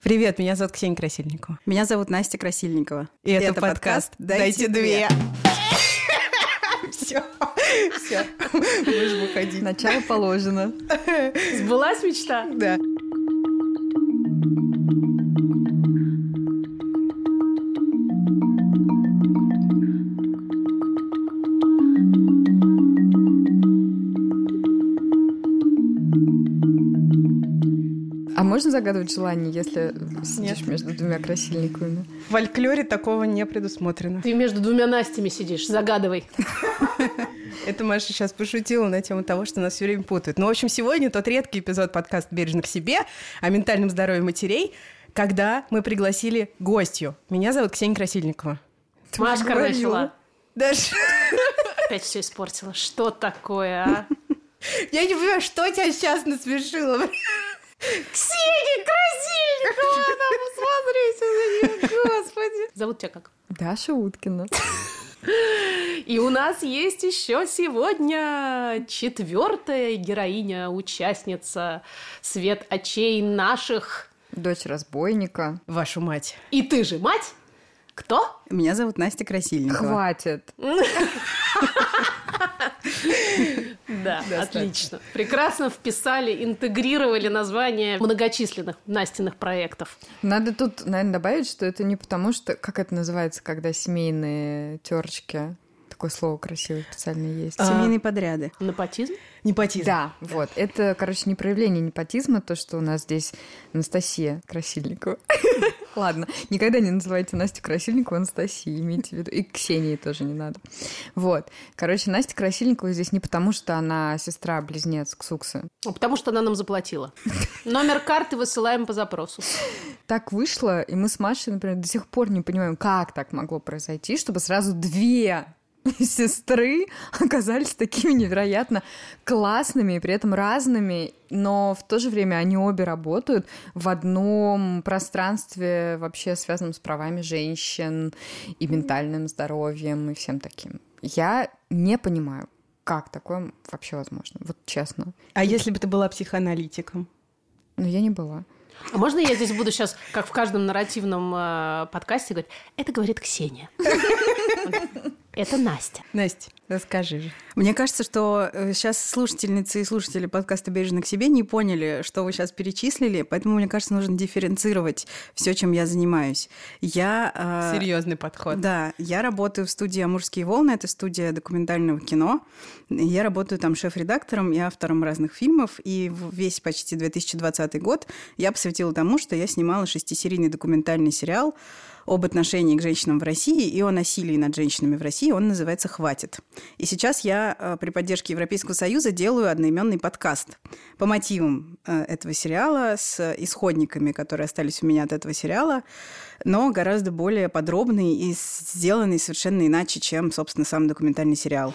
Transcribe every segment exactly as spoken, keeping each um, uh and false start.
Привет, меня зовут Ксения Красильникова. Меня зовут Настя Красильникова. И это, это подкаст «Дайте две». Все, все, можешь выходить. Начало положено. Сбылась мечта? Да. А можно загадывать желание, если сидишь Нет. между двумя красильниками? В фольклоре такого не предусмотрено. Ты между двумя Настями сидишь, загадывай. Это Маша сейчас пошутила на тему того, что нас все время путают. Ну, в общем, сегодня тот редкий эпизод подкаста «Бережно к себе» о ментальном здоровье матерей, когда мы пригласили гостью. Меня зовут Ксения Красильникова. Машка начала. Даже... Опять все испортила. Что такое, а? Я не понимаю, что тебя сейчас насмешило. Ксения Красильникова! Она, посмотрите на нее, господи. Зовут тебя как? Даша Уткина. И у нас есть еще сегодня четвертая героиня, участница «Свет очей наших». Дочь разбойника. Вашу мать. И ты же мать? Кто? Меня зовут Настя Красильникова. Хватит. Да, отлично. Прекрасно вписали, интегрировали название многочисленных Настиных проектов. Надо тут, наверное, добавить, что это не потому, что... Как это называется, когда семейные терочки? Такое слово красивое специально есть. А... Семейные подряды. Непотизм? Непотизм. Да, вот. Это, короче, не проявление непотизма, то, что у нас здесь Анастасия Красильникова. Ладно, никогда не называйте Настю Красильникову Анастасией, имейте в виду. И Ксении тоже не надо. Вот. Короче, Настя Красильникова здесь не потому, что она сестра-близнец Ксуксы. А потому что она нам заплатила. Номер карты высылаем по запросу. Так вышло, и мы с Машей, например, до сих пор не понимаем, как так могло произойти, чтобы сразу две сестры оказались такими невероятно классными и при этом разными, но в то же время они обе работают в одном пространстве, вообще связанном с правами женщин и ментальным здоровьем и всем таким. Я не понимаю, как такое вообще возможно, вот честно. А если бы ты была психоаналитиком? Ну, я не была. А можно я здесь буду сейчас, как в каждом нарративном э, подкасте, говорить, это говорит Ксения. Это Настя. Настя, расскажи же. Мне кажется, что сейчас слушательницы и слушатели подкаста «Бережно к себе» не поняли, что вы сейчас перечислили, поэтому, мне кажется, нужно дифференцировать все, чем я занимаюсь. Я... Э, Серьезный подход. Да, я работаю в студии «Амурские волны», это студия документального кино. Я работаю там шеф-редактором и автором разных фильмов, и весь почти две тысячи двадцатый год я посвятила тому, что я снимала шестисерийный документальный сериал об отношении к женщинам в России и о насилии над женщинами в России. Он называется «Хватит». И сейчас я при поддержке Европейского Союза делаю одноименный подкаст по мотивам этого сериала с исходниками, которые остались у меня от этого сериала, но гораздо более подробный и сделанный совершенно иначе, чем, собственно, сам документальный сериал.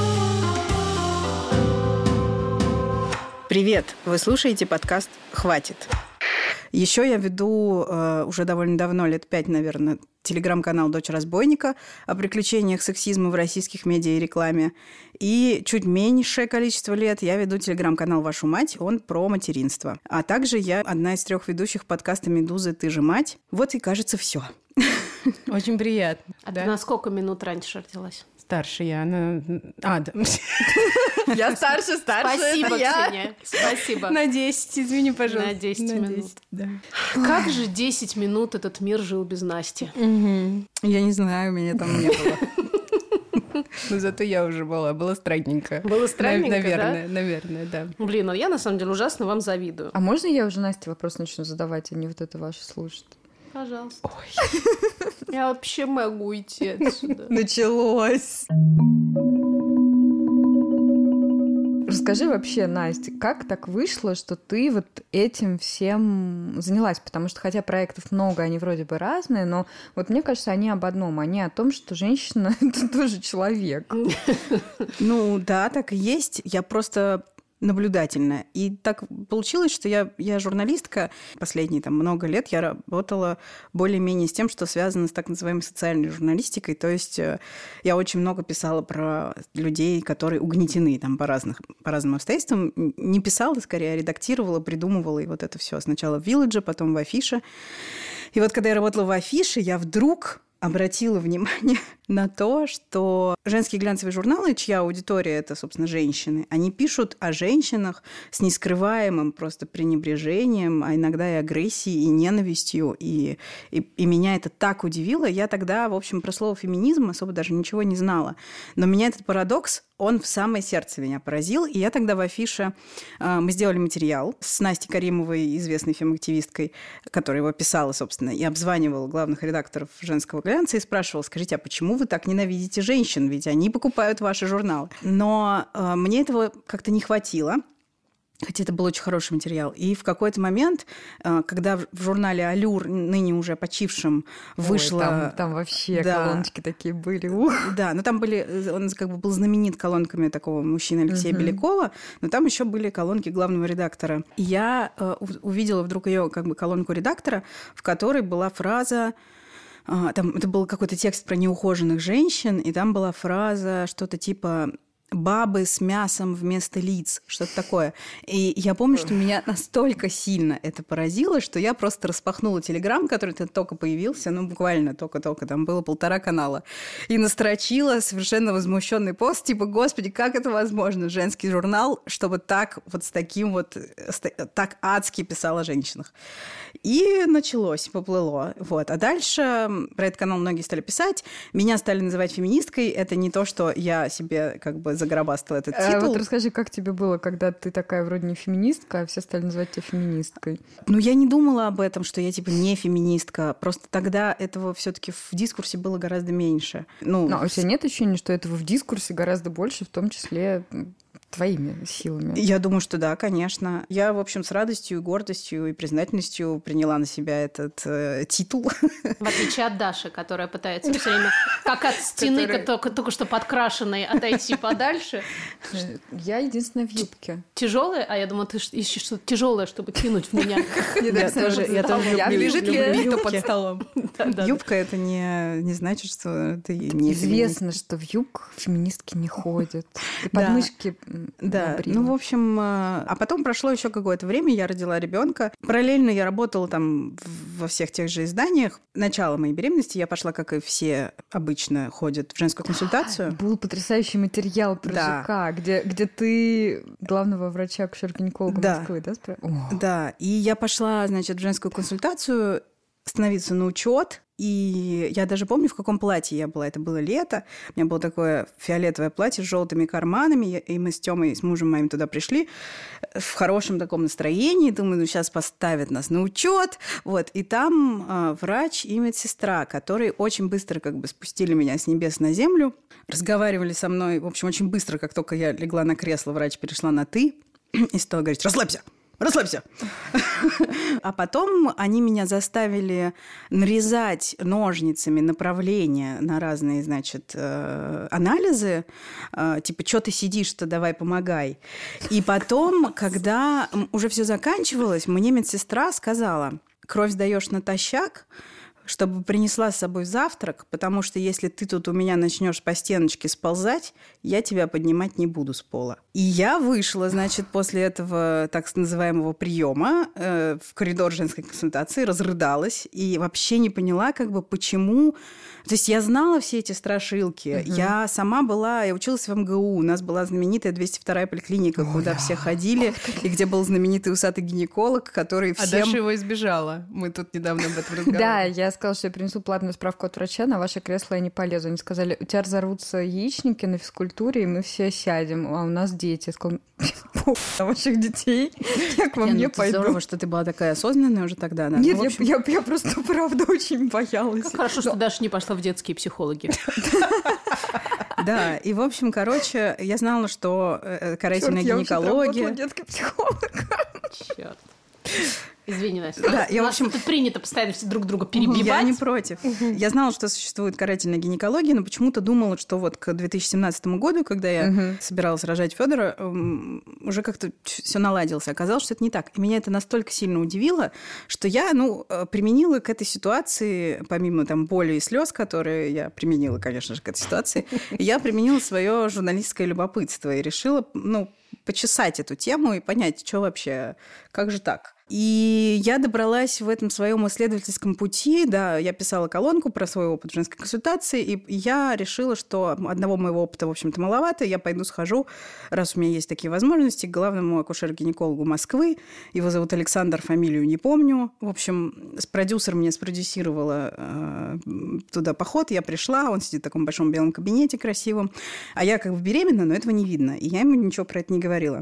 Привет! Вы слушаете подкаст «Хватит». Еще я веду э, уже довольно давно, лет пять, наверное, телеграм-канал «Дочь разбойника» о приключениях сексизма в российских медиа и рекламе. И чуть меньшее количество лет я веду телеграм-канал «Вашу мать», он про материнство. А также я одна из трех ведущих подкаста «Медузы. Ты же мать». Вот и, кажется, все. Очень приятно. А да? ты на сколько минут раньше родилась? Старше я. Она... А, да. Я старше, старше. Спасибо, Ксения. Спасибо. На десять, извини, пожалуйста. На десять минут. Да. Как же десять минут этот мир жил без Насти? Я не знаю, меня там не было. Но зато я уже была. Было странненько. Было странненько, наверное, да? Наверное, да. Блин, ну я на самом деле ужасно вам завидую. А можно я уже Насте вопрос начну задавать, а не вот это ваше слушать? Пожалуйста. Ой. Я вообще могу уйти отсюда. Началось. Расскажи вообще, Настя, как так вышло, что ты вот этим всем занялась? Потому что, хотя проектов много, они вроде бы разные, но вот мне кажется, они об одном. Они о том, что женщина — это тоже человек. Ну да, так и есть. Я просто наблюдательная. И так получилось, что я, я журналистка. Последние там, много лет я работала более-менее с тем, что связано с так называемой социальной журналистикой. То есть я очень много писала про людей, которые угнетены там, по, разных, по разным обстоятельствам. Не писала, скорее, а редактировала, придумывала, и вот это все. Сначала в Village, потом в Афише. И вот когда я работала в Афише, я вдруг обратила внимание на то, что женские глянцевые журналы, чья аудитория – это, собственно, женщины, они пишут о женщинах с нескрываемым просто пренебрежением, а иногда и агрессией, и ненавистью. И, и, и меня это так удивило. Я тогда, в общем, про слово «феминизм» особо даже ничего не знала. Но меня этот парадокс, он в самое сердце меня поразил. И я тогда в Афише... Э, мы сделали материал с Настей Каримовой, известной фем-активисткой, которая его писала, собственно, и обзванивала главных редакторов женского глянца и спрашивала: скажите, а почему вы так ненавидите женщин? Ведь они покупают ваши журналы. Но э, мне этого как-то не хватило. Хотя это был очень хороший материал. И в какой-то момент, когда в журнале «Аллюр», ныне уже почившем, вышло... Ой, там, там вообще да, колоночки такие были. Ух. Да, но там были... Он как бы был знаменит колонками такого мужчины Алексея uh-huh. Белякова, но там еще были колонки главного редактора. И я увидела вдруг ее как бы колонку редактора, в которой была фраза... Там, это был какой-то текст про неухоженных женщин, и там была фраза что-то типа... бабы с мясом вместо лиц, что-то такое. И я помню, что меня настолько сильно это поразило, что я просто распахнула Телеграм, который только появился, ну, буквально только-только, там было полтора канала, и настрочила совершенно возмущенный пост, типа: господи, как это возможно? Женский журнал, чтобы так вот с таким вот, так адски писал о женщинах. И началось, поплыло. Вот. А дальше про этот канал многие стали писать. Меня стали называть феминисткой. Это не то, что я себе как бы загробастала этот титул. А вот расскажи, как тебе было, когда ты такая вроде не феминистка, а все стали называть тебя феминисткой? Ну, я не думала об этом, что я типа не феминистка. Просто тогда этого все-таки в дискурсе было гораздо меньше. Ну, Но у тебя нет ощущения, что этого в дискурсе гораздо больше, в том числе... твоими силами? Я думаю, что да, конечно. Я, в общем, с радостью, гордостью и признательностью приняла на себя этот э, титул. В отличие от Даши, которая пытается все время, как от стены, который... только, только что подкрашенной, отойти подальше. Я единственная в юбке. Тяжелая? А я думала, ты ищешь что-то тяжелое, чтобы кинуть в меня. Я тоже люблю. Лежит ли под столом? Юбка — это не значит, что ты не... Известно, что в юбках феминистки не ходят. И подмышки... Да, ну, в общем, а потом прошло еще какое-то время, я родила ребенка. Параллельно я работала там во всех тех же изданиях. Начало моей беременности я пошла, как и все обычно ходят, в женскую консультацию. Был потрясающий материал про да. ЖК, где, где ты главного врача-акушер-гинеколога да. Москвы, да? Спра... Да, и я пошла, значит, в женскую консультацию становиться на учет. И я даже помню, в каком платье я была. Это было лето. У меня было такое фиолетовое платье с желтыми карманами. И мы с Тёмой, с мужем моим туда пришли в хорошем таком настроении. Думаю, ну сейчас поставят нас на учет. Вот. И там э, врач и медсестра, которые очень быстро как бы спустили меня с небес на землю. Разговаривали со мной. В общем, очень быстро, как только я легла на кресло, врач перешла на «ты» и стала говорить: «Расслабься! Расслабься!» А потом они меня заставили нарезать ножницами направления на разные, значит, анализы. Типа: что ты сидишь-то, давай помогай. И потом, когда уже все заканчивалось, мне медсестра сказала: кровь сдаешь натощак, чтобы принесла с собой завтрак, потому что если ты тут у меня начнешь по стеночке сползать, я тебя поднимать не буду с пола. И я вышла, значит, после этого так называемого приема э, в коридор женской консультации, разрыдалась и вообще не поняла, как бы, почему... То есть я знала все эти страшилки. Uh-huh. Я сама была, я училась в эм гэ у, у нас была знаменитая двести вторая поликлиника, oh, куда yeah. все ходили, и где был знаменитый усатый гинеколог, который всем... А Даша его избежала. Мы тут недавно об этом разговаривали. Да, я сказала, что я принесу платную справку от врача, на ваше кресло я не полезу. Они сказали: у тебя разорвутся яичники на физкультуре, и мы все сядем, а у нас дети. Я сказала: на ваших детей, я к вам не пойду. Здорово, что ты была такая осознанная уже тогда. Нет, я просто, правда, очень боялась. Хорошо, что Даша не пошла в детские психологи. Да, и, в общем, короче, я знала, что карательная гинекология... Черт, я детский психолог. Черт. Извини, Настя. Да, я, в У нас общем- тут принято постоянно все друг друга перебивать. Я не против. Я знала, что существует карательная гинекология, но почему-то думала, что вот к две тысячи семнадцатому году, когда я Мгм. собиралась рожать Федора, уже как-то все наладилось. Оказалось, что это не так. И меня это настолько сильно удивило, что я, ну, э, применила к этой ситуации, помимо там боли и слез, которые я применила, конечно же, к этой ситуации, я применила свое журналистское любопытство и решила, ну, почесать эту тему и понять, что вообще, как же так. И я добралась в этом своем исследовательском пути, да, я писала колонку про свой опыт женской консультации, и я решила, что одного моего опыта, в общем-то, маловато, я пойду схожу, раз у меня есть такие возможности, к главному акушер-гинекологу Москвы, его зовут Александр, фамилию не помню. В общем, продюсер мне спродюсировала э, туда поход, я пришла, он сидит в таком большом белом кабинете красивом, а я как бы беременна, но этого не видно, и я ему ничего про это не говорила.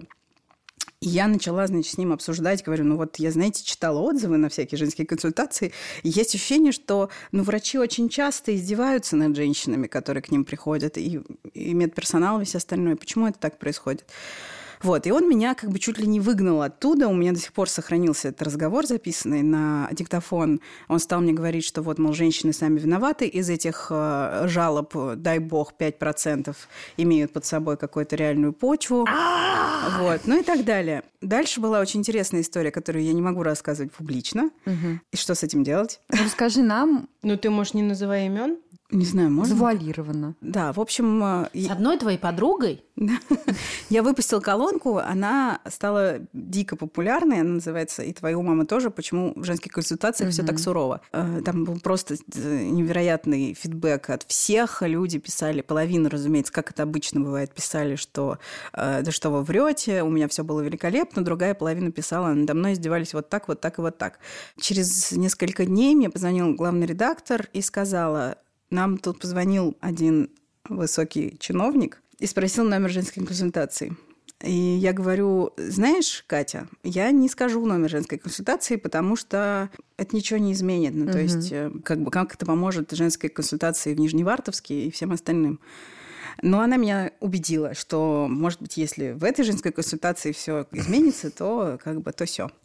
И я начала, значит, с ним обсуждать, говорю, ну вот я, знаете, читала отзывы на всякие женские консультации, и есть ощущение, что, ну, врачи очень часто издеваются над женщинами, которые к ним приходят, и, и медперсонал, и все остальное. Почему это так происходит? Вот, и он меня как бы чуть ли не выгнал оттуда. У меня до сих пор сохранился этот разговор, записанный на диктофон. Он стал мне говорить, что вот, мол, женщины сами виноваты. Из этих э, жалоб, дай бог, пять процентов имеют под собой какую-то реальную почву. Вот, ну и так далее. Дальше была очень интересная история, которую я не могу рассказывать публично. И что с этим делать? Расскажи нам Ну, ты, может, не называй имен? Не знаю, можно? завуалированно. Да, в общем... э, С одной твоей подругой? Я выпустила колонку, она стала дико популярной, она называется «И твою маму тоже. Почему в женских консультациях все так сурово». Э, Там был просто невероятный фидбэк от всех. Люди писали, половина, разумеется, как это обычно бывает, писали, что э, да что вы врете, у меня все было великолепно. Другая половина писала, надо мной издевались вот так, вот так и вот так. Через несколько дней мне позвонил главный редактор и сказала, нам тут позвонил один высокий чиновник и спросил номер женской консультации. И я говорю, знаешь, Катя, я не скажу номер женской консультации, потому что это ничего не изменит. Ну, то Мгм. есть, э, как бы, как это поможет женской консультации в Нижневартовске и всем остальным. Но она меня убедила, что, может быть, если в этой женской консультации все изменится, то как бы то все.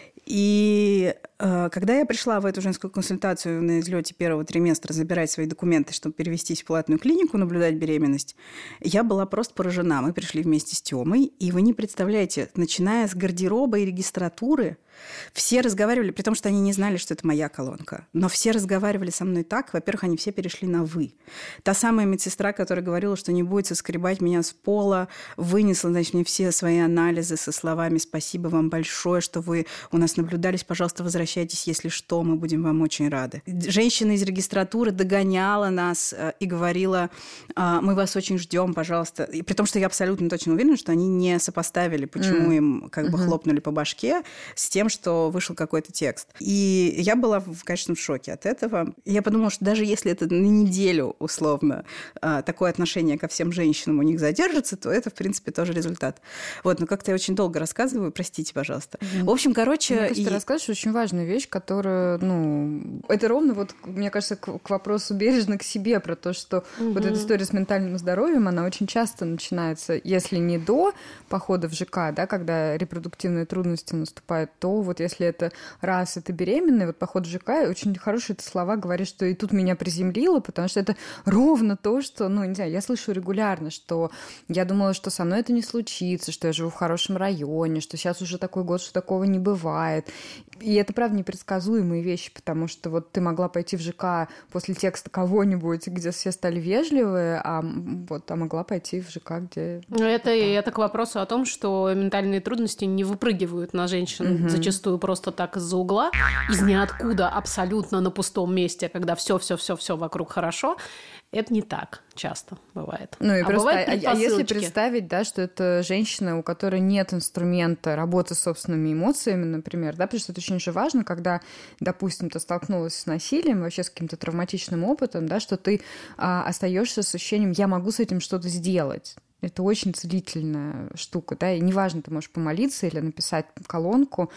И э, когда я пришла в эту женскую консультацию на излете первого триместра забирать свои документы, чтобы перевестись в платную клинику, наблюдать беременность, я была просто поражена. Мы пришли вместе с Тёмой, и вы не представляете, начиная с гардероба и регистратуры, все разговаривали, при том, что они не знали, что это моя колонка, но все разговаривали со мной так, во-первых, они все перешли на «вы». Та самая медсестра, которая говорила, что не будет соскребать меня с пола, вынесла, значит, мне все свои анализы со словами «спасибо вам большое, что вы у нас наблюдались, пожалуйста, возвращайтесь, если что, мы будем вам очень рады». Женщина из регистратуры догоняла нас э, и говорила э, «мы вас очень ждем, пожалуйста». И при том, что я абсолютно точно уверена, что они не сопоставили, почему mm. им как бы mm-hmm. хлопнули по башке с тем, что вышел какой-то текст. И я была, конечно, в шоке от этого. Я подумала, что даже если это на неделю, условно, такое отношение ко всем женщинам у них задержится, то это, в принципе, тоже результат. Вот, но как-то я очень долго рассказываю, простите, пожалуйста. Mm. В общем, короче... Мне кажется, и... ты расскажешь очень важную вещь, которая, ну, это ровно вот, мне кажется, к, к вопросу бережно к себе, про то, что mm-hmm. вот эта история с ментальным здоровьем, она очень часто начинается, если не до похода в ЖК, да, когда репродуктивные трудности наступают, то вот если это раз это беременная, вот поход в ЖК, очень хорошие это слова говорят, что и тут меня приземлило, потому что это ровно то, что, ну, не знаю, я слышу регулярно, что я думала, что со мной это не случится, что я живу в хорошем районе, что сейчас уже такой год, что такого не бывает. И это, правда, непредсказуемые вещи, потому что вот ты могла пойти в ЖК после текста кого-нибудь, где все стали вежливые, а вот а могла пойти в ЖК, где... Это, это к вопросу о том, что ментальные трудности не выпрыгивают на женщин mm-hmm. зачастую просто так из-за угла, из ниоткуда, абсолютно на пустом месте, когда все-все-все-все вокруг хорошо. Это не так часто бывает. Ну и а, просто, бывает а, а если представить, да, что это женщина, у которой нет инструмента работы с собственными эмоциями, например, да, потому что это очень же важно, когда, допустим, ты столкнулась с насилием, вообще с каким-то травматичным опытом, да, что ты а, остаешься с ощущением «я могу с этим что-то сделать». Это очень целительная штука, да, и неважно, ты можешь помолиться или написать колонку,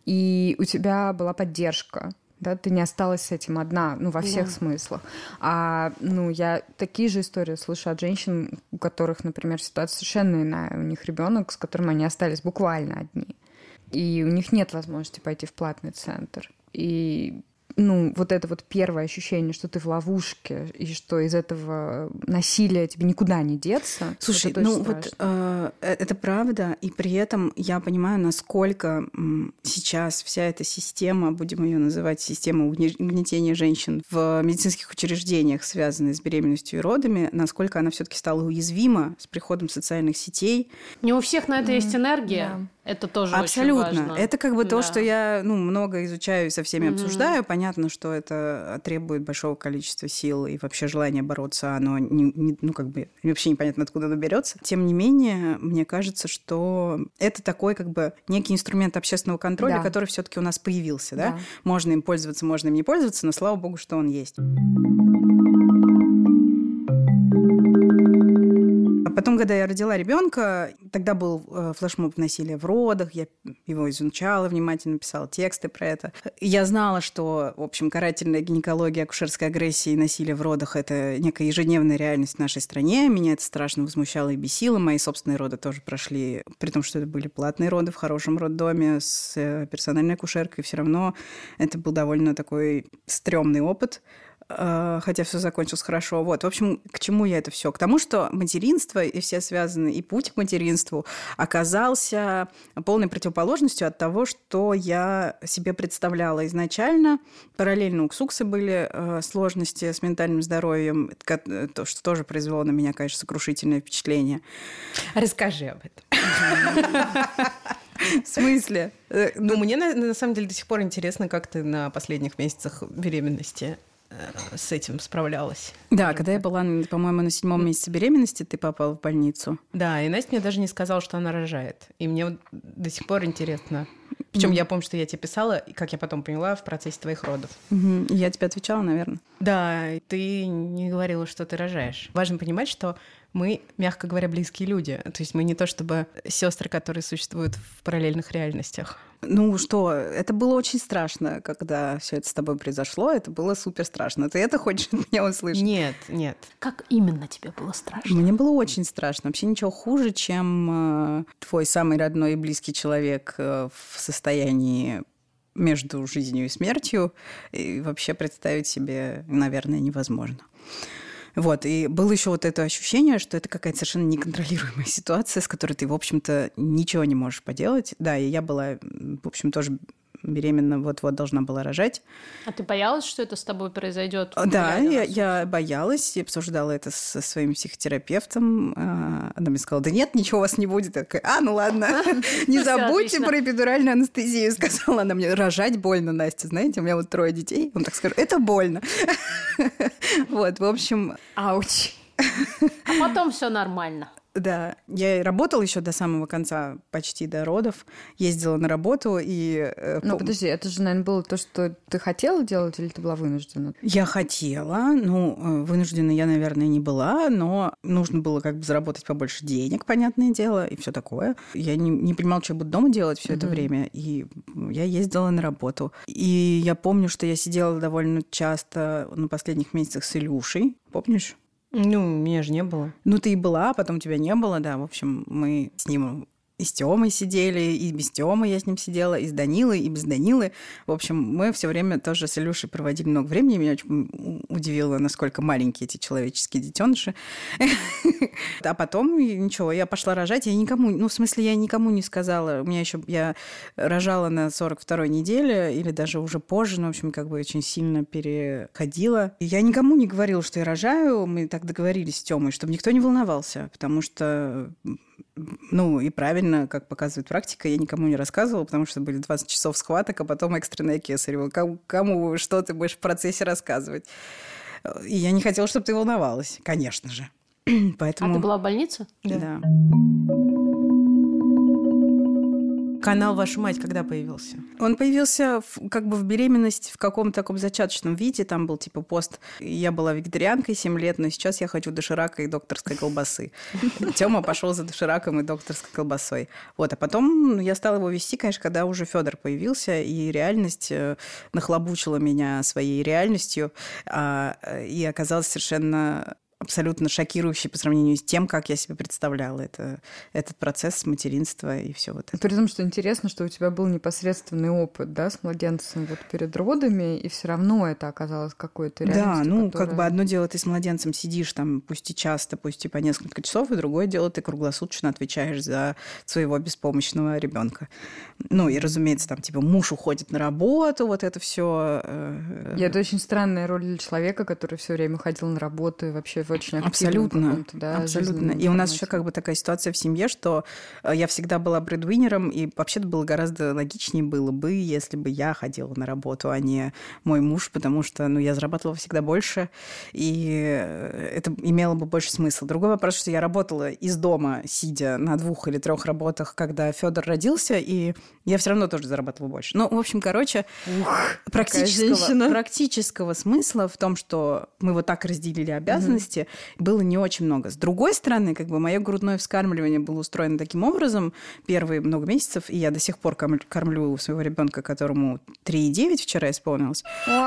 и у тебя была поддержка. Да, ты не осталась с этим одна, ну, во всех да. смыслах. А, ну, я такие же истории слышу от женщин, у которых, например, ситуация совершенно иная. У них ребенок, с которым они остались буквально одни. и у них нет возможности пойти в платный центр. И ну, вот это вот первое ощущение, что ты в ловушке, и что из этого насилия тебе никуда не деться. Слушай, это ну вот э, это правда, и при этом я понимаю, насколько м, сейчас вся эта система, будем ее называть система угнетения женщин в медицинских учреждениях, связанная с беременностью и родами, насколько она все-таки стала уязвима с приходом социальных сетей. Не у всех на это mm, есть энергия. Да. Это тоже абсолютно. Очень важно. Это как бы да. то, что я ну, много изучаю и со всеми mm-hmm. обсуждаю. Понятно, что это требует большого количества сил и вообще желания бороться. Оно не, не, ну, как бы вообще непонятно, откуда оно берется. Тем не менее, мне кажется, что это такой как бы некий инструмент общественного контроля, да. который все-таки у нас появился. Да? Да. Можно им пользоваться, можно им не пользоваться, но слава богу, что он есть. Потом, когда я родила ребенка, тогда был флешмоб насилия в родах, я его изучала внимательно, писала тексты про это. Я знала, что, в общем, карательная гинекология, акушерская агрессия и насилие в родах – это некая ежедневная реальность в нашей стране. Меня это страшно возмущало и бесило. Мои собственные роды тоже прошли, при том, что это были платные роды в хорошем роддоме с персональной акушеркой. Все равно это был довольно такой стрёмный опыт. Хотя все закончилось хорошо. Вот, в общем, к чему я это все? К тому, что материнство и все связаны, и путь к материнству оказался полной противоположностью от того, что я себе представляла изначально. Параллельно у Ксуксы были сложности с ментальным здоровьем, что тоже произвело на меня, конечно, сокрушительное впечатление. Расскажи об этом. В смысле? Ну, мне на самом деле до сих пор интересно, как ты на последних месяцах беременности с этим справлялась. Да, когда я была, по-моему, на седьмом месяце беременности, ты попала в больницу. Да, и Настя мне даже не сказала, что она рожает. И мне вот до сих пор интересно. Причем mm. я помню, что я тебе писала, и как я потом поняла, в процессе твоих родов. Mm-hmm. Я тебе отвечала, наверное. Да, ты не говорила, что ты рожаешь. Важно понимать, что мы, мягко говоря, близкие люди. То есть мы не то чтобы сестры, которые существуют в параллельных реальностях. Ну что, это было очень страшно, когда все это с тобой произошло. Это было супер страшно. Ты это хочешь от меня услышать? Нет, нет. Как именно тебе было страшно? Мне было очень страшно. Вообще ничего хуже, чем э, твой самый родной и близкий человек э, в состоянии между жизнью и смертью. И вообще представить себе, наверное, невозможно. Вот, и было еще вот это ощущение, что это какая-то совершенно неконтролируемая ситуация, с которой ты, в общем-то, ничего не можешь поделать. Да, и я была, в общем, тоже беременна, вот-вот должна была рожать. А ты боялась, что это с тобой произойдет? Да, я, я боялась, я обсуждала это со своим психотерапевтом. Она мне сказала, да нет, ничего у вас не будет. Я такая, а, ну ладно, не забудьте про эпидуральную анестезию, сказала она мне. Рожать больно, Настя, знаете, у меня вот трое детей. Он так скажет, это больно. Вот, в общем... Ауч. А потом все нормально. Да, я работала еще до самого конца, почти до родов, ездила на работу и... Ну, пом... подожди, это же, наверное, было то, что ты хотела делать, или ты была вынуждена? Я хотела, ну, вынуждена я, наверное, не была, но нужно было как бы заработать побольше денег, понятное дело, и все такое. Я не, не понимала, что я буду дома делать все mm-hmm. это время, и я ездила на работу. И я помню, что я сидела довольно часто на последних месяцах с Илюшей, помнишь? Ну, меня же не было. Ну, ты и была, потом тебя не было, да. В общем, мы с ним и с Тёмой сидели, и без Тёмы я с ним сидела, и с Данилой, и без Данилы. В общем, мы все время тоже с Илюшей проводили много времени. Меня очень удивило, насколько маленькие эти человеческие детеныши. А потом, ничего, я пошла рожать. Я никому, ну, в смысле, я никому не сказала. У меня еще, я рожала на сорок второй неделе, или даже уже позже, ну, в общем, как бы очень сильно переходила. И я никому не говорила, что я рожаю. Мы так договорились с Тёмой, чтобы никто не волновался, потому что... Ну, и правильно, как показывает практика, я никому не рассказывала, потому что были двадцать часов схваток, а потом экстренная кесарева. Кому, кому что ты будешь в процессе рассказывать? И я не хотела, чтобы ты волновалась, конечно же. Поэтому... А ты была в больнице? Да. да. Канал «Вашу мать» когда появился? Он появился в, как бы в беременность в каком-то таком зачаточном виде. Там был типа пост. Я была вегетарианкой семь лет, но сейчас я хочу доширака и докторской колбасы. Тёма пошел за дошираком и докторской колбасой. Вот. А потом я стала его вести, конечно, когда уже Федор появился, и реальность нахлобучила меня своей реальностью. И оказалась совершенно абсолютно шокирующий по сравнению с тем, как я себе представляла это, этот процесс материнства и все вот это. При том, что интересно, что у тебя был непосредственный опыт, да, с младенцем вот перед родами, и все равно это оказалось какой-то реальностью. Да, ну, которая... как бы одно дело, ты с младенцем сидишь там, пусть и часто, пусть и по несколько часов, и другое дело, ты круглосуточно отвечаешь за своего беспомощного ребенка. Ну, и, разумеется, там, типа, муж уходит на работу, вот это все. И это очень странная роль для человека, который все время ходил на работу и вообще в очень активном абсолютно, да, абсолютно. И у нас еще как бы такая ситуация в семье, что я всегда была бредвинером, и вообще-то было гораздо логичнее было бы, если бы я ходила на работу, а не мой муж, потому что, ну, я зарабатывала всегда больше, и это имело бы больше смысла. Другой вопрос, что я работала из дома, сидя на двух или трех работах, когда Федор родился, и я все равно тоже зарабатывала больше. Ну, в общем, короче, Ух, практического, практического смысла в том, что мы вот так разделили обязанности, mm-hmm. было не очень много. С другой стороны, как бы мое грудное вскармливание было устроено таким образом первые много месяцев, и я до сих пор кормлю своего ребенка, которому три и девять вчера исполнилось.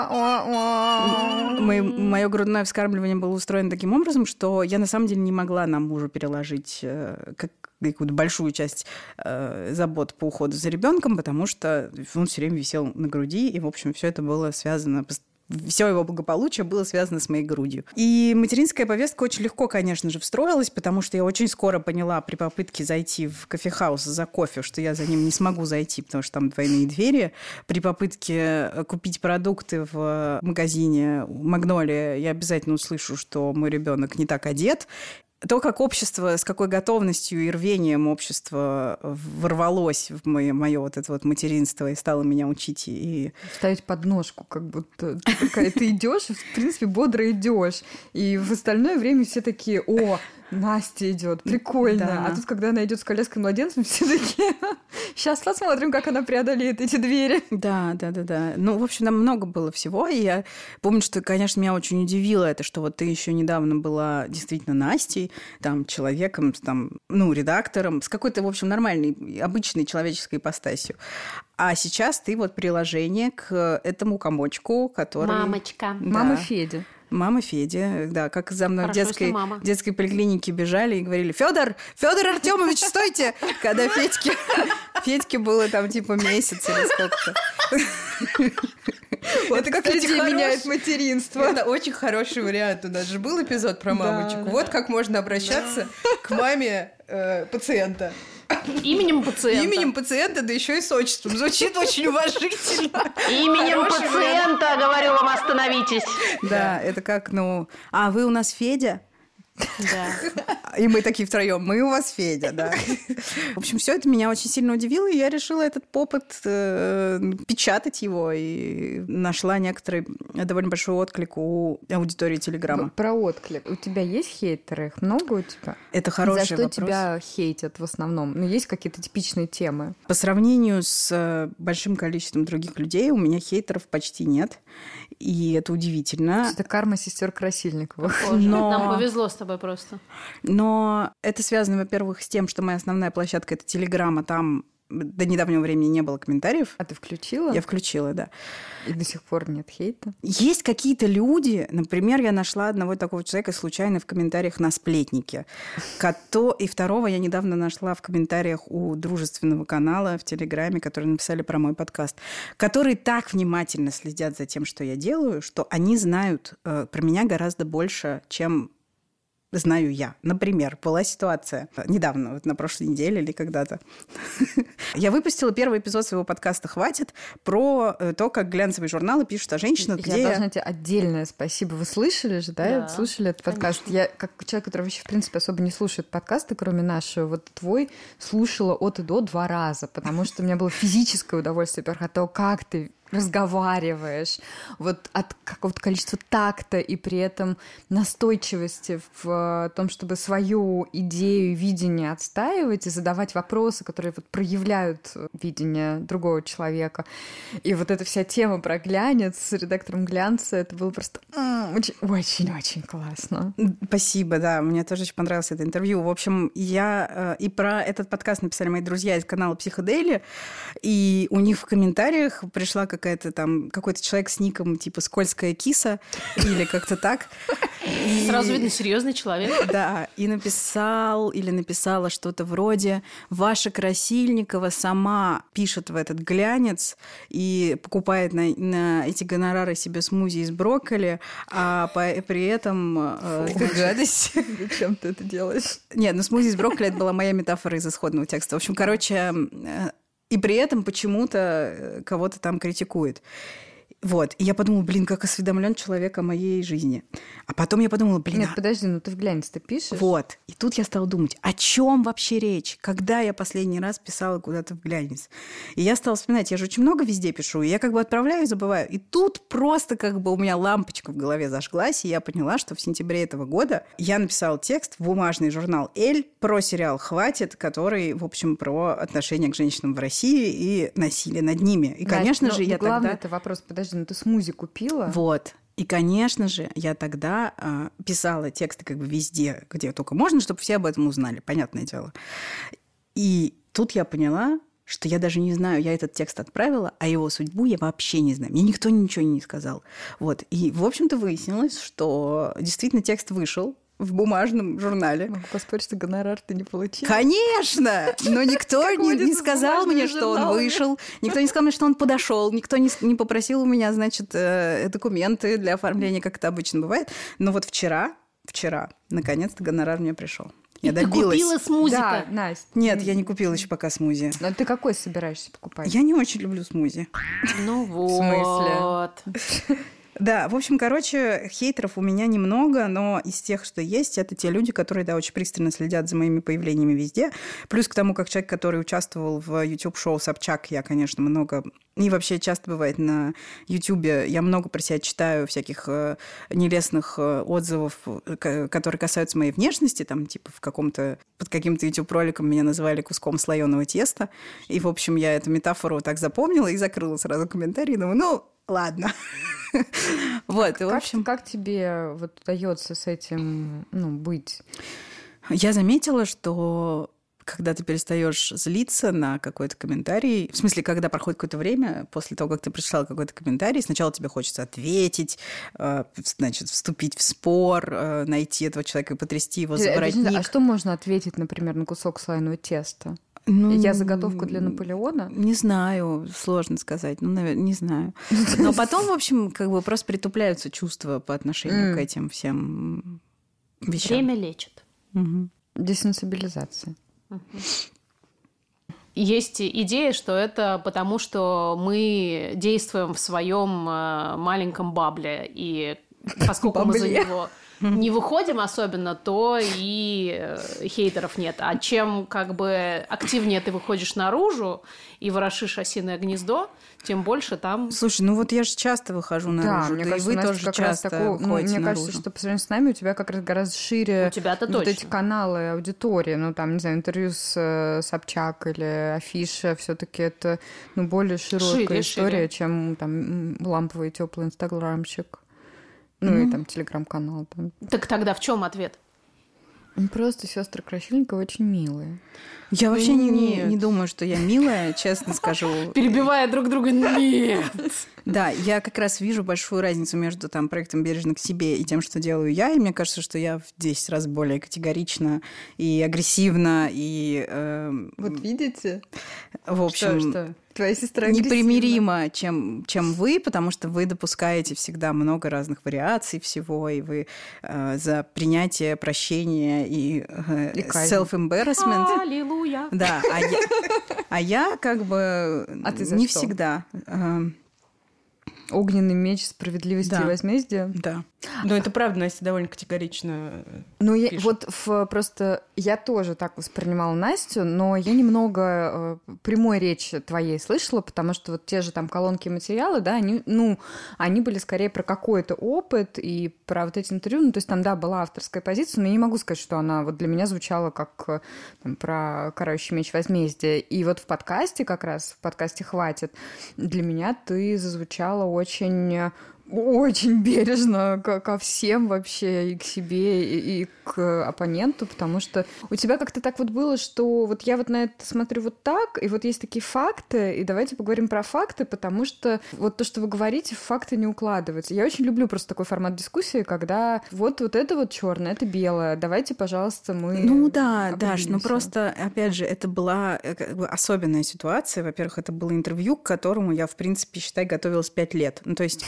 Мое грудное вскармливание было устроено таким образом, что я на самом деле не могла на мужа переложить как какую-то большую часть э, забот по уходу за ребенком, потому что он все время висел на груди, и, в общем, все это было связано... Все его благополучие было связано с моей грудью. И материнская повестка очень легко, конечно же, встроилась, потому что я очень скоро поняла при попытке зайти в кофехаус за кофе, что я за ним не смогу зайти, потому что там двойные двери. При попытке купить продукты в магазине «Магнолия» я обязательно услышу, что мой ребенок не так одет. То, как общество, с какой готовностью и рвением общество ворвалось в мое, мое вот это вот материнство и стало меня учить. И... Ставить подножку, как будто ты, такая, ты идешь, в принципе, бодро идешь. И в остальное время все такие: о, Настя идет, прикольно. Да. А тут, когда она идет с коляской младенцем, все такие: сейчас посмотрим, как она преодолеет эти двери. Да, да, да, да. Ну, в общем, там много было всего. И я помню, что, конечно, меня очень удивило это, что вот ты еще недавно была действительно Настей, там, человеком, там, ну, редактором, с какой-то, в общем, нормальной, обычной человеческой ипостасью. А сейчас ты вот приложение к этому комочку, который... Мамочка. Да. Мама Федя. Мама Федя, да, как за мной в детской, детской поликлинике бежали и говорили: Федор, Федор Артемович, стойте! Когда Федьке, Федьке было там типа месяц или сколько-то. Вот это, как людей хорош... меняет материнство. Это очень хороший вариант. У нас же был эпизод про мамочек. Да, вот да. Как можно обращаться да. к маме э, пациента. Именем пациента. Именем пациента, да еще и с отчеством. Звучит очень уважительно. Именем пациента, говорю вам, остановитесь. Да, это как, ну... А, вы у нас Федя? Да. И мы такие втроем: мы у вас Федя, да. В общем, все это меня очень сильно удивило, и я решила этот опыт э, печатать его, и нашла некоторый довольно большой отклик у аудитории Телеграма. Про отклик. У тебя есть хейтеры? Их много у тебя? Это хороший вопрос. За что вопрос. Тебя хейтят в основном? Ну, есть какие-то типичные темы? По сравнению с большим количеством других людей у меня хейтеров почти нет, и это удивительно. Это карма сестер Красильниковых. Но... Нам повезло с тобой просто. Но это связано, во-первых, с тем, что моя основная площадка — это Телеграм, а там до недавнего времени не было комментариев. А ты включила? Я включила, да. И до сих пор нет хейта? Есть какие-то люди, например, я нашла одного такого человека случайно в комментариях на Сплетнике. И второго я недавно нашла в комментариях у дружественного канала в Телеграме, которые написали про мой подкаст, которые так внимательно следят за тем, что я делаю, что они знают э, про меня гораздо больше, чем... знаю я. Например, была ситуация недавно, вот на прошлой неделе или когда-то. Я выпустила первый эпизод своего подкаста «Хватит» про то, как глянцевые журналы пишут о женщинах, я где... Я должна тебе отдельное спасибо. Вы слышали же, да? Да, слушали этот подкаст? Конечно. Я, как человек, который вообще, в принципе, особо не слушает подкасты, кроме нашего, вот твой слушала от и до два раза, потому что у меня было физическое удовольствие, во-первых, от того, как ты разговариваешь, вот от какого-то количества такта и при этом настойчивости в том, чтобы свою идею, видение отстаивать и задавать вопросы, которые вот проявляют видение другого человека. И вот эта вся тема про глянец с редактором глянца, это было просто очень-очень классно. Спасибо, да, мне тоже очень понравилось это интервью. В общем, я и про этот подкаст написали мои друзья из канала «Психодели», и у них в комментариях пришла как какая-то там, какой-то человек с ником типа «Скользкая киса» или как-то так. И... Сразу видно, серьезный человек. Да, и написал или написала что-то вроде «Ваша Красильникова сама пишет в этот глянец и покупает на, на эти гонорары себе смузи из брокколи, а по, при этом...» Фу, гадость. Зачем ты это делаешь? Нет, ну смузи из брокколи – это была моя метафора из исходного текста. В общем, короче, и при этом почему-то кого-то там критикует. Вот. И я подумала, блин, как осведомлен человек о моей жизни. А потом я подумала, блин... Нет, а... подожди, ну ты в глянец-то пишешь? Вот. И тут я стала думать, о чем вообще речь? Когда я последний раз писала куда-то в глянец? И я стала вспоминать, я же очень много везде пишу, и я как бы отправляю и забываю. И тут просто как бы у меня лампочка в голове зажглась, и я поняла, что в сентябре этого года я написала текст в бумажный журнал «Эль» про сериал «Хватит», который, в общем, про отношения к женщинам в России и насилие над ними. И, Настя, конечно но же, я главный тогда... это вопрос, подожди, ну ты смузи купила? Вот. И, конечно же, я тогда э, писала тексты как бы везде, где только можно, чтобы все об этом узнали, понятное дело. И тут я поняла, что я даже не знаю, я этот текст отправила, а его судьбу я вообще не знаю. Мне никто ничего не сказал. Вот. И, в общем-то, выяснилось, что действительно текст вышел в бумажном журнале. Могу поспорить, что гонорар ты не получила. Конечно! Но никто не, не сказал мне, что он вышел. Никто не сказал мне, что он подошел. Никто не, не попросил у меня, значит, э, документы для оформления, как это обычно бывает. Но вот вчера, вчера, наконец-то гонорар мне пришел. Я И добилась. ты купила смузи-то? Да, Настя. Нет, я не купила еще пока смузи. А ты какой собираешься покупать? Я не очень люблю смузи. Ну вот. В смысле? Да, в общем, короче, хейтеров у меня немного, но из тех, что есть, это те люди, которые, да, очень пристально следят за моими появлениями везде. Плюс к тому, как человек, который участвовал в YouTube-шоу «Собчак», я, конечно, много... И вообще часто бывает на YouTube, я много про себя читаю всяких э, нелестных э, отзывов, э, которые касаются моей внешности, там, типа, в каком-то... Под каким-то YouTube-роликом меня называли куском слоеного теста. И, в общем, я эту метафору так запомнила и закрыла сразу комментарий. Думаю, ну, ладно. Вот, как, в общем... как тебе вот удается с этим, ну, быть? Я заметила, что когда ты перестаешь злиться на какой-то комментарий, в смысле, когда проходит какое-то время, после того, как ты прочитал какой-то комментарий, сначала тебе хочется ответить, значит, вступить в спор, найти этого человека и потрясти его за воротник. А что можно ответить, например, на кусок слоеного теста? Ну, я заготовка для Наполеона? Не знаю, сложно сказать. Ну, наверное, не знаю. Но потом, в общем, как бы просто притупляются чувства по отношению mm. к этим всем вещам. Время лечит. Угу. Десенсибилизация. Угу. Есть идея, что это потому, что мы действуем в своем маленьком бабле, и поскольку мы за него не выходим особенно, то и хейтеров нет. А чем как бы активнее ты выходишь наружу и ворошишь осиное гнездо, тем больше там... Слушай, ну вот я же часто выхожу наружу, да, мне да кажется, и вы тоже как часто раз такого, ну, мне наружу. кажется, что по сравнению с нами у тебя как раз гораздо шире у тебя-то вот точно. эти каналы аудитории. Ну, там, не знаю, интервью с э, Собчак или Афиша, все-таки это ну, более широкая шире, история, шире. чем там ламповый теплый инстаграмчик. Ну, mm-hmm. и там телеграм-канал. Там. Так тогда в чем ответ? Просто сестры Красильникова очень милые. Я вообще не, не, не думаю, что я милая, честно скажу. Перебивая друг друга, нет. Да, я как раз вижу большую разницу между там, проектом «Бережно к себе» и тем, что делаю я. И мне кажется, что я в десять раз более категорична и агрессивна. И, э, вот видите? В общем, что, что? Твоя сестра непримирима, чем, чем вы, потому что вы допускаете всегда много разных вариаций всего, и вы э, за принятие, прощение и, э, и self-embarrassment. Аллилуйя. Да, а я, а я как бы а ты за не что? всегда. Э, Огненный меч справедливости да. и возмездия? Да. Но это правда, Настя довольно категорично Ну, я, пишет. вот в, просто я тоже так воспринимала Настю, но я немного э, прямой речи твоей слышала, потому что вот те же там колонки и материалы, да, они, ну, они были скорее про какой-то опыт и про вот эти интервью, ну, то есть там, да, была авторская позиция, но я не могу сказать, что она вот для меня звучала как там, про «Карающий меч возмездия». И вот в подкасте как раз, в подкасте «Хватит», для меня ты зазвучала очень очень бережно ко, ко всем вообще, и к себе, и, и к оппоненту, потому что у тебя как-то так вот было, что вот я вот на это смотрю вот так, и вот есть такие факты, и давайте поговорим про факты, потому что вот то, что вы говорите, в факты не укладывается. Я очень люблю просто такой формат дискуссии, когда вот, вот это вот черное, это белое, давайте, пожалуйста, мы Ну да, Даш, ну определимся. просто, опять же, это была как бы особенная ситуация. Во-первых, это было интервью, к которому я, в принципе, считай, готовилась пять лет. Ну то есть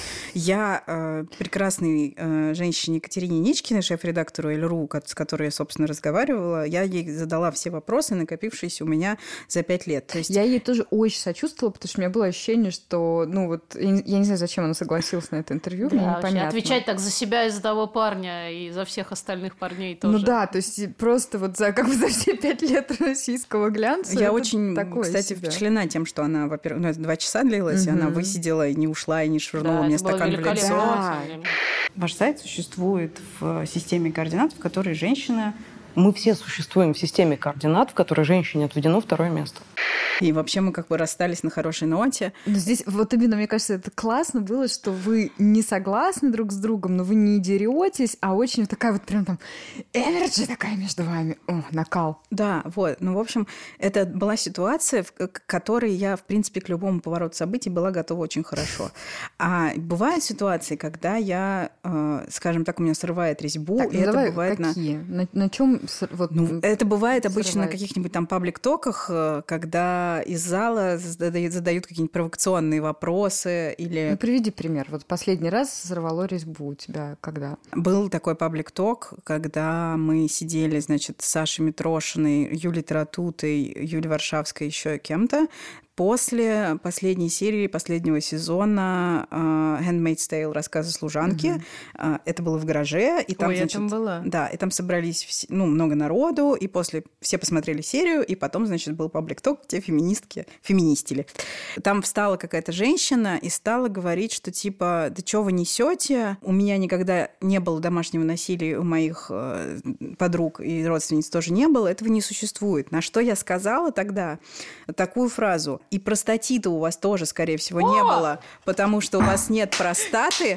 я э, прекрасной э, женщине Екатерине Ничкиной, шеф-редактору Эль.ру, с которой я, собственно, разговаривала, я ей задала все вопросы, накопившиеся у меня за пять лет. То есть... Я ей тоже очень сочувствовала, потому что у меня было ощущение, что, ну вот, я не, я не знаю, зачем она согласилась на это интервью, Да, мне вообще непонятно. отвечать так за себя и за того парня, и за всех остальных парней тоже. Ну да, то есть просто вот за, как бы за все пять лет российского глянца. Я это очень, такое кстати, себе. впечатлена тем, что она, во-первых, ну, это два часа длилась, и она высидела и не ушла, и не швырнула Да, мне это было стакан в великолепно. лицо. Да. Ваш сайт существует в системе координат, в которой женщина... Мы все существуем в системе координат, в которой женщине отведено второе место. И вообще мы как бы расстались на хорошей ноте. Но здесь вот именно, мне кажется, это классно было, что вы не согласны друг с другом, но вы не деретесь, а очень такая вот прям там энерджи такая между вами. О, накал. Да, вот. Ну, в общем, это была ситуация, в к которой я, в принципе, к любому повороту событий была готова очень хорошо. А бывают ситуации, когда я, э, скажем так, у меня срывает резьбу, Так, и ну это давай, бывает на... какие? На, на чем вот, Ну, это бывает обычно срывает? на каких-нибудь там паблик-токах, э, когда из зала задают, задают какие-нибудь провокационные вопросы или... Ну, приведи пример. Вот последний раз сорвало резьбу у тебя когда? Был такой паблик-ток, когда мы сидели, значит, с Сашей Митрошиной, Юлей Таратутой, Юлей Варшавской, еще кем-то, после последней серии, последнего сезона uh, Handmaid's Tale, рассказы служанки. Mm-hmm. Uh, это было в гараже. И там, Ой, значит, я там была. Да, и там собрались все, ну, много народу, и после все посмотрели серию, и потом, значит, был паблик-ток, где феминистки феминистили. Там встала какая-то женщина и стала говорить, что типа, да что вы несете? У меня никогда не было домашнего насилия, у моих э, подруг и родственниц тоже не было, этого не существует. На что я сказала тогда такую фразу: и простаты-то у вас тоже, скорее всего, не было, потому что у вас нет простаты,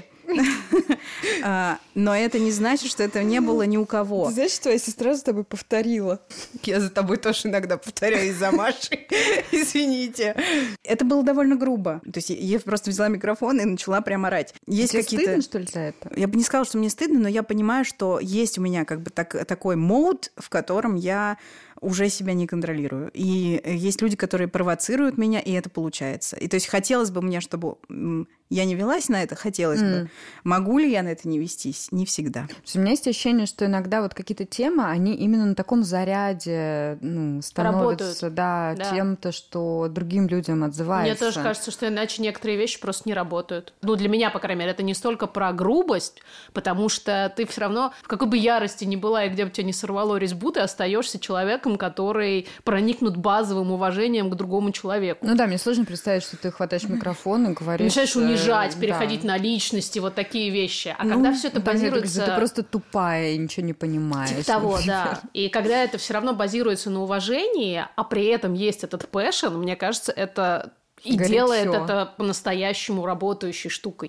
но это не значит, что этого не было ни у кого. Ты знаешь, что твоя сестра за тобой повторила? Я за тобой тоже иногда повторяю из-за Маши. Извините. Это было довольно грубо. То есть я просто взяла микрофон и начала прямо орать. Есть Тебе какие-то... стыдно, что ли, за это? Я бы не сказала, что мне стыдно, но я понимаю, что есть у меня как бы так, такой мод, в котором я уже себя не контролирую. И есть люди, которые провоцируют меня, и это получается. И то есть хотелось бы мне, чтобы я не велась на это, хотелось mm. бы. Могу ли я на это не вестись? Не всегда. У меня есть ощущение, что иногда вот какие-то темы, они именно на таком заряде ну, становятся да, да. чем-то, что другим людям отзывается. Мне тоже кажется, что иначе некоторые вещи просто не работают. Ну, для меня, по крайней мере, это не столько про грубость, потому что ты все равно, в какой бы ярости ни была, и где бы тебя не сорвало резьбу, ты остаешься человеком, который проникнут базовым уважением к другому человеку. Ну да, мне сложно представить, что ты хватаешь микрофон и говоришь... Начинаешь унижать, э, переходить да. на личности, вот такие вещи. А ну, когда все это да, базируется... Ты просто тупая и ничего не понимаешь. Типа того, например. да. И когда это все равно базируется на уважении, а при этом есть этот пэшн, мне кажется, это и Горячо. делает это по-настоящему работающей штукой.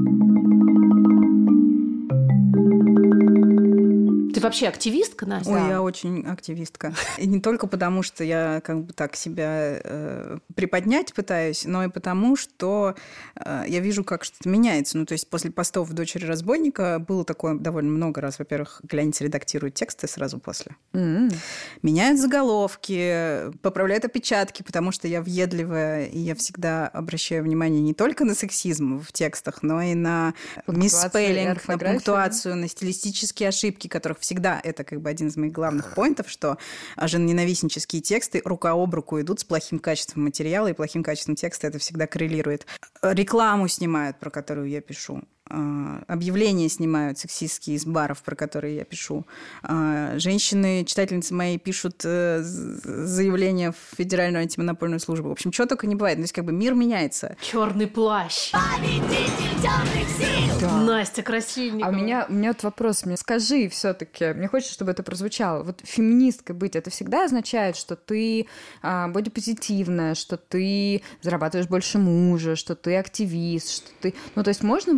Ты вообще активистка, Настя? Ой, я очень активистка. И не только потому, что я как бы так себя э, приподнять пытаюсь, но и потому, что э, я вижу, как что-то меняется. Ну, то есть после постов «Дочери разбойника» было такое довольно много раз. Во-первых, глянец редактирует тексты сразу после. Mm-hmm. Меняют заголовки, поправляют опечатки, потому что я въедливая, и я всегда обращаю внимание не только на сексизм в текстах, но и на мисспеллинг, на пунктуацию, на стилистические ошибки, которых всегда это как бы один из моих главных поинтов, что женоненавистнические тексты рука об руку идут с плохим качеством материала, и плохим качеством текста это всегда коррелирует. Рекламу снимают, про которую я пишу. Объявления снимают сексистские из баров, про которые я пишу. Женщины, читательницы мои, пишут заявления в Федеральную антимонопольную службу. В общем, чего только не бывает. То есть как бы мир меняется. Черный плащ. Да. Настя Красильникова. А у меня, у меня вот вопрос. Мне скажи все-таки, мне хочется, чтобы это прозвучало. Вот феминисткой быть, это всегда означает, что ты а, бодипозитивная, что ты зарабатываешь больше мужа, что ты активист, что ты... Ну, то есть можно быть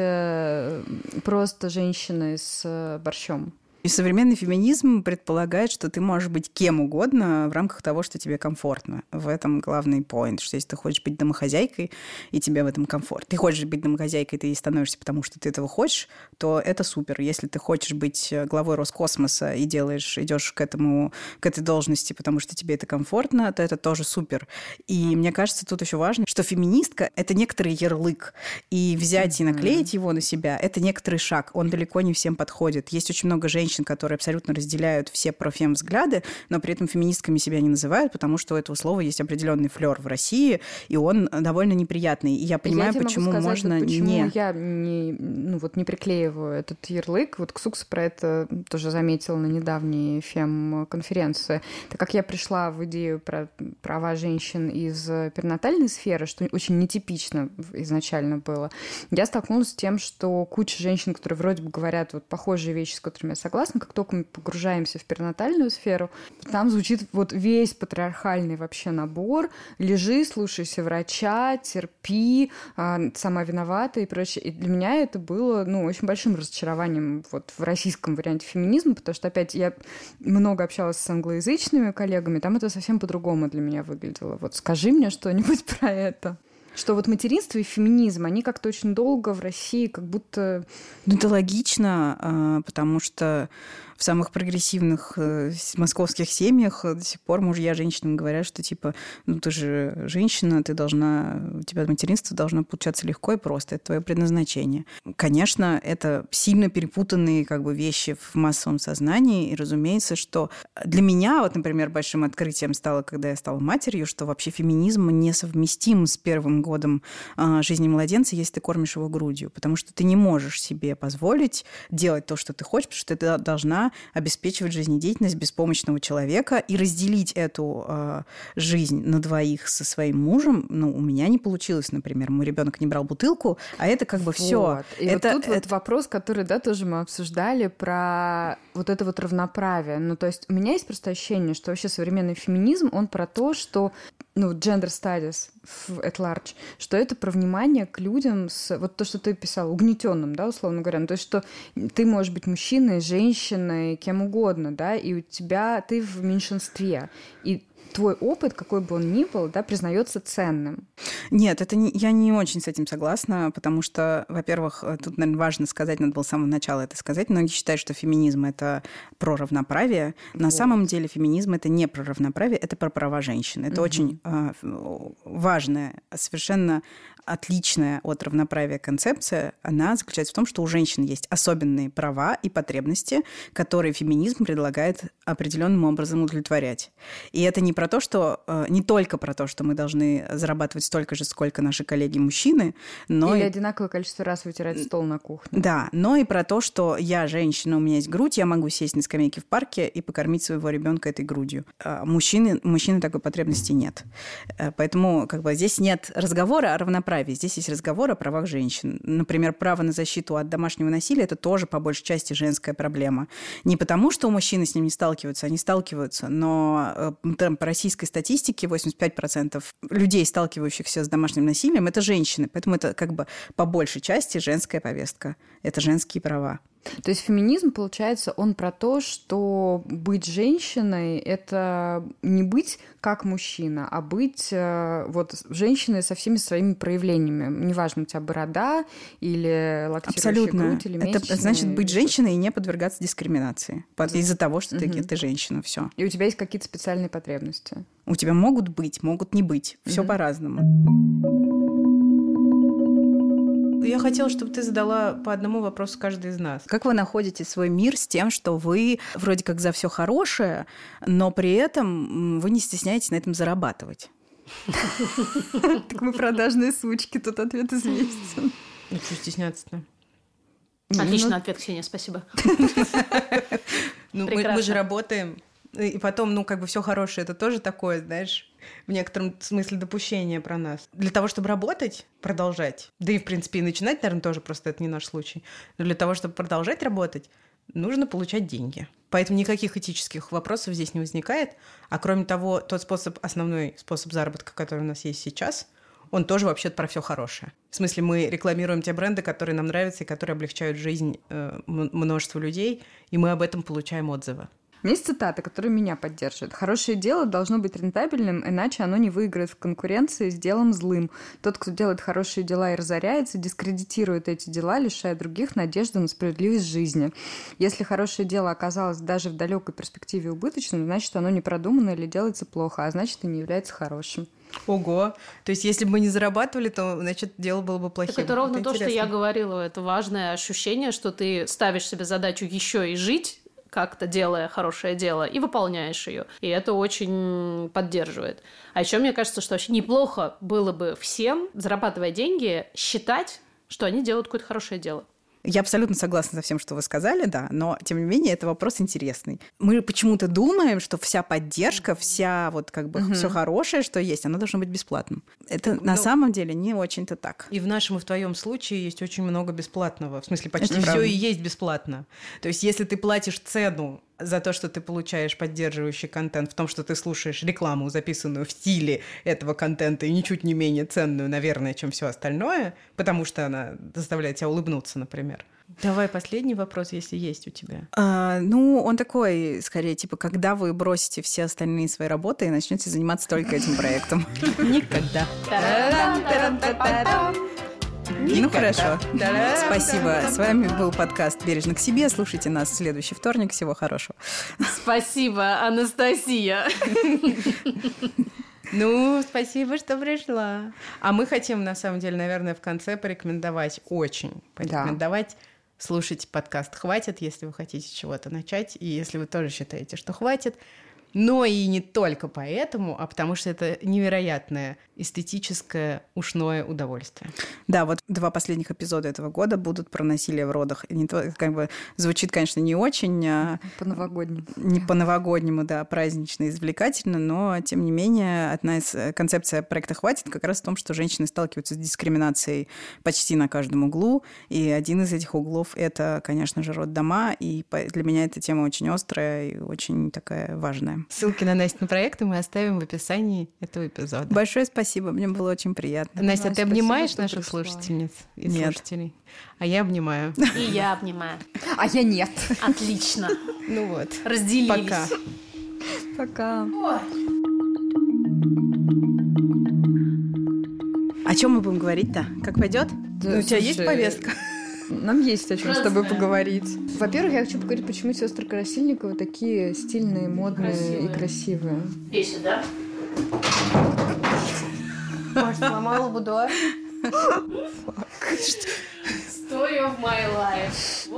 э, просто женщиной с борщом. И современный феминизм предполагает, что ты можешь быть кем угодно в рамках того, что тебе комфортно. В этом главный поинт, что если ты хочешь быть домохозяйкой, и тебе в этом комфорт. Ты хочешь быть домохозяйкой, ты и становишься, потому что ты этого хочешь, то это супер. Если ты хочешь быть главой Роскосмоса и делаешь, идешь к этому, к этой должности, потому что тебе это комфортно, то это тоже супер. И мне кажется, тут еще важно, что феминистка — это некоторый ярлык. И взять mm-hmm. и наклеить его на себя — это некоторый шаг. Он далеко не всем подходит. Есть очень много женщин, которые абсолютно разделяют все профем-взгляды, но при этом феминистками себя не называют, потому что у этого слова есть определенный флер в России, и он довольно неприятный. И я понимаю, я почему сказать, можно вот почему не... я не, ну, вот не приклеиваю этот ярлык. Вот Ксукс про это тоже заметила на недавней фем-конференции. Так как я пришла в идею про права женщин из перинатальной сферы, что очень нетипично изначально было, я столкнулась с тем, что куча женщин, которые вроде бы говорят вот похожие вещи, с которыми я согласна, как только мы погружаемся в перинатальную сферу, там звучит вот весь патриархальный вообще набор. Лежи, слушайся врача, терпи, сама виновата и прочее. И для меня это было, ну, очень большим разочарованием вот в российском варианте феминизма, потому что, опять, я много общалась с англоязычными коллегами, там это совсем по-другому для меня выглядело. Вот скажи мне что-нибудь про это. Что вот материнство и феминизм, они как-то очень долго в России как будто... Ну, это логично, потому что в самых прогрессивных московских семьях до сих пор мужья женщинам говорят, что типа, ну ты же женщина, ты должна, у тебя материнство должно получаться легко и просто, это твое предназначение. Конечно, это сильно перепутанные как бы вещи в массовом сознании, и разумеется, что для меня, вот, например, большим открытием стало, когда я стала матерью, что вообще феминизм несовместим с первым годом жизни младенца, если ты кормишь его грудью, потому что ты не можешь себе позволить делать то, что ты хочешь, потому что ты должна обеспечивать жизнедеятельность беспомощного человека и разделить эту э, жизнь на двоих со своим мужем. Ну, у меня не получилось, например. Мой ребенок не брал бутылку, а это как бы вот. все. И это, вот тут это... вот вопрос, который, да, тоже мы обсуждали про вот это вот равноправие. Ну, то есть у меня есть просто ощущение, что вообще современный феминизм, он про то, что, ну, gender studies at large, что это про внимание к людям с, вот то, что ты писал, угнетенным, да, условно говоря, ну, то есть что ты можешь быть мужчиной, женщиной, кем угодно, да, и у тебя, ты в меньшинстве, и твой опыт, какой бы он ни был, да, признается ценным. Нет, это не, я не очень с этим согласна, потому что, во-первых, тут, наверное, важно сказать, надо было с самого начала это сказать. Многие считают, что феминизм — это про равноправие. На вот. самом деле феминизм — это не про равноправие, это про права женщин. Это угу. очень э, важная, совершенно отличная от равноправия концепция. Она заключается в том, что у женщин есть особенные права и потребности, которые феминизм предлагает определенным образом удовлетворять. И это не про то, что не только про то, что мы должны зарабатывать столько же, сколько наши коллеги-мужчины, но или и... одинаковое количество раз вытирать стол на кухне. Да, но и про то, что я женщина, у меня есть грудь, я могу сесть на скамейке в парке и покормить своего ребенка этой грудью. А мужчины, мужчины такой потребности нет. Поэтому как бы здесь нет разговора о равноправии. Здесь есть разговор о правах женщин. Например, право на защиту от домашнего насилия – это тоже по большей части женская проблема. Не потому, что мужчины с ним не сталкиваются, они сталкиваются, но там, по российской статистике восемьдесят пять процентов людей, сталкивающихся с домашним насилием, это женщины. Поэтому это как бы по большей части женская повестка. Это женские права. То есть феминизм, получается, он про то, что быть женщиной — это не быть как мужчина, а быть э, вот женщиной со всеми своими проявлениями. Неважно, у тебя борода или лактирующая Абсолютно. грудь, или месячные. Это значит быть женщиной и не подвергаться дискриминации из-за того, что ты, угу. ты женщина. Все. И у тебя есть какие-то специальные потребности. У тебя могут быть, могут не быть. Все угу. по-разному. Я хотела, чтобы ты задала по одному вопросу каждой из нас. Как вы находите свой мир с тем, что вы вроде как за все хорошее, но при этом вы не стесняетесь на этом зарабатывать? Так мы продажные сучки, тут ответ известен. Ну, что стесняться-то? Отличный ответ, Ксения, спасибо. Ну, мы же работаем. И потом, ну, как бы все хорошее, это тоже такое, знаешь, в некотором смысле допущение про нас. Для того, чтобы работать, продолжать, да и, в принципе, и начинать, наверное, тоже просто это не наш случай, но для того, чтобы продолжать работать, нужно получать деньги. Поэтому никаких этических вопросов здесь не возникает. А кроме того, тот способ, основной способ заработка, который у нас есть сейчас, он тоже вообще-то про все хорошее. В смысле, мы рекламируем те бренды, которые нам нравятся и которые облегчают жизнь э, множеству людей, и мы об этом получаем отзывы. У меня есть цитата, которая меня поддерживает. «Хорошее дело должно быть рентабельным, иначе оно не выиграет в конкуренции с делом злым. Тот, кто делает хорошие дела и разоряется, дискредитирует эти дела, лишая других надежды на справедливость жизни. Если хорошее дело оказалось даже в далекой перспективе убыточным, значит, оно не продумано или делается плохо, а значит, и не является хорошим». Ого! То есть, если бы мы не зарабатывали, то, значит, дело было бы плохим. Так это ровно это то, интересно. что я говорила. Это важное ощущение, что ты ставишь себе задачу еще и жить, как-то делая хорошее дело, и выполняешь ее. И это очень поддерживает. А еще мне кажется, что вообще неплохо было бы всем, зарабатывая деньги, считать, что они делают какое-то хорошее дело. Я абсолютно согласна со всем, что вы сказали, да, но, тем не менее, это вопрос интересный. Мы почему-то думаем, что вся поддержка, вся вот как бы uh-huh. все хорошее, что есть, оно должно быть бесплатным. Это так, на ну, самом деле не очень-то так. И в нашем, и в твоем случае есть очень много бесплатного. В смысле, почти это все правда. И есть бесплатно. То есть, если ты платишь цену за то, что ты получаешь поддерживающий контент, в том, что ты слушаешь рекламу, записанную в стиле этого контента, и ничуть не менее ценную, наверное, чем все остальное, потому что она заставляет тебя улыбнуться, например. Давай последний вопрос, если есть у тебя. А, ну, он такой, скорее, типа, когда вы бросите все остальные свои работы и начнете заниматься только этим проектом? Никогда. Ну хорошо. Спасибо. С вами был подкаст «Бережно к себе». Слушайте нас в следующий вторник. Всего хорошего. Спасибо, Анастасия. Ну, спасибо, что пришла. А мы хотим, на самом деле, наверное, в конце порекомендовать, очень порекомендовать да. слушать подкаст «Хватит», если вы хотите чего-то начать, и если вы тоже считаете, что хватит. Но и не только поэтому, а потому что это невероятное эстетическое ушное удовольствие. Да, вот два последних эпизода этого года будут про насилие в родах. Не то, как бы звучит, конечно, не очень... По-новогоднему. Не по-новогоднему, да, празднично, извлекательно, но, тем не менее, одна из концепций проекта «Хватит» как раз в том, что женщины сталкиваются с дискриминацией почти на каждом углу, и один из этих углов — это, конечно же, роддома, и для меня эта тема очень острая и очень такая важная. Ссылки на Настин проекты мы оставим в описании этого эпизода. Большое спасибо, мне было очень приятно. Настя, да, ты обнимаешь спасибо, наших пришла. слушательниц и Нет. слушателей? А я обнимаю. И я обнимаю. А я нет. Отлично. Ну вот. Разделились. Пока. Пока. О чем мы будем говорить-то? Как пойдет? Ну, у тебя есть повестка? Нам есть о чем Разная. с тобой поговорить. Во-первых, я хочу поговорить, почему сестры Красильниковы такие стильные, модные Красивые. и красивые. Иди сюда. Может, сломала будуар? Story of my life.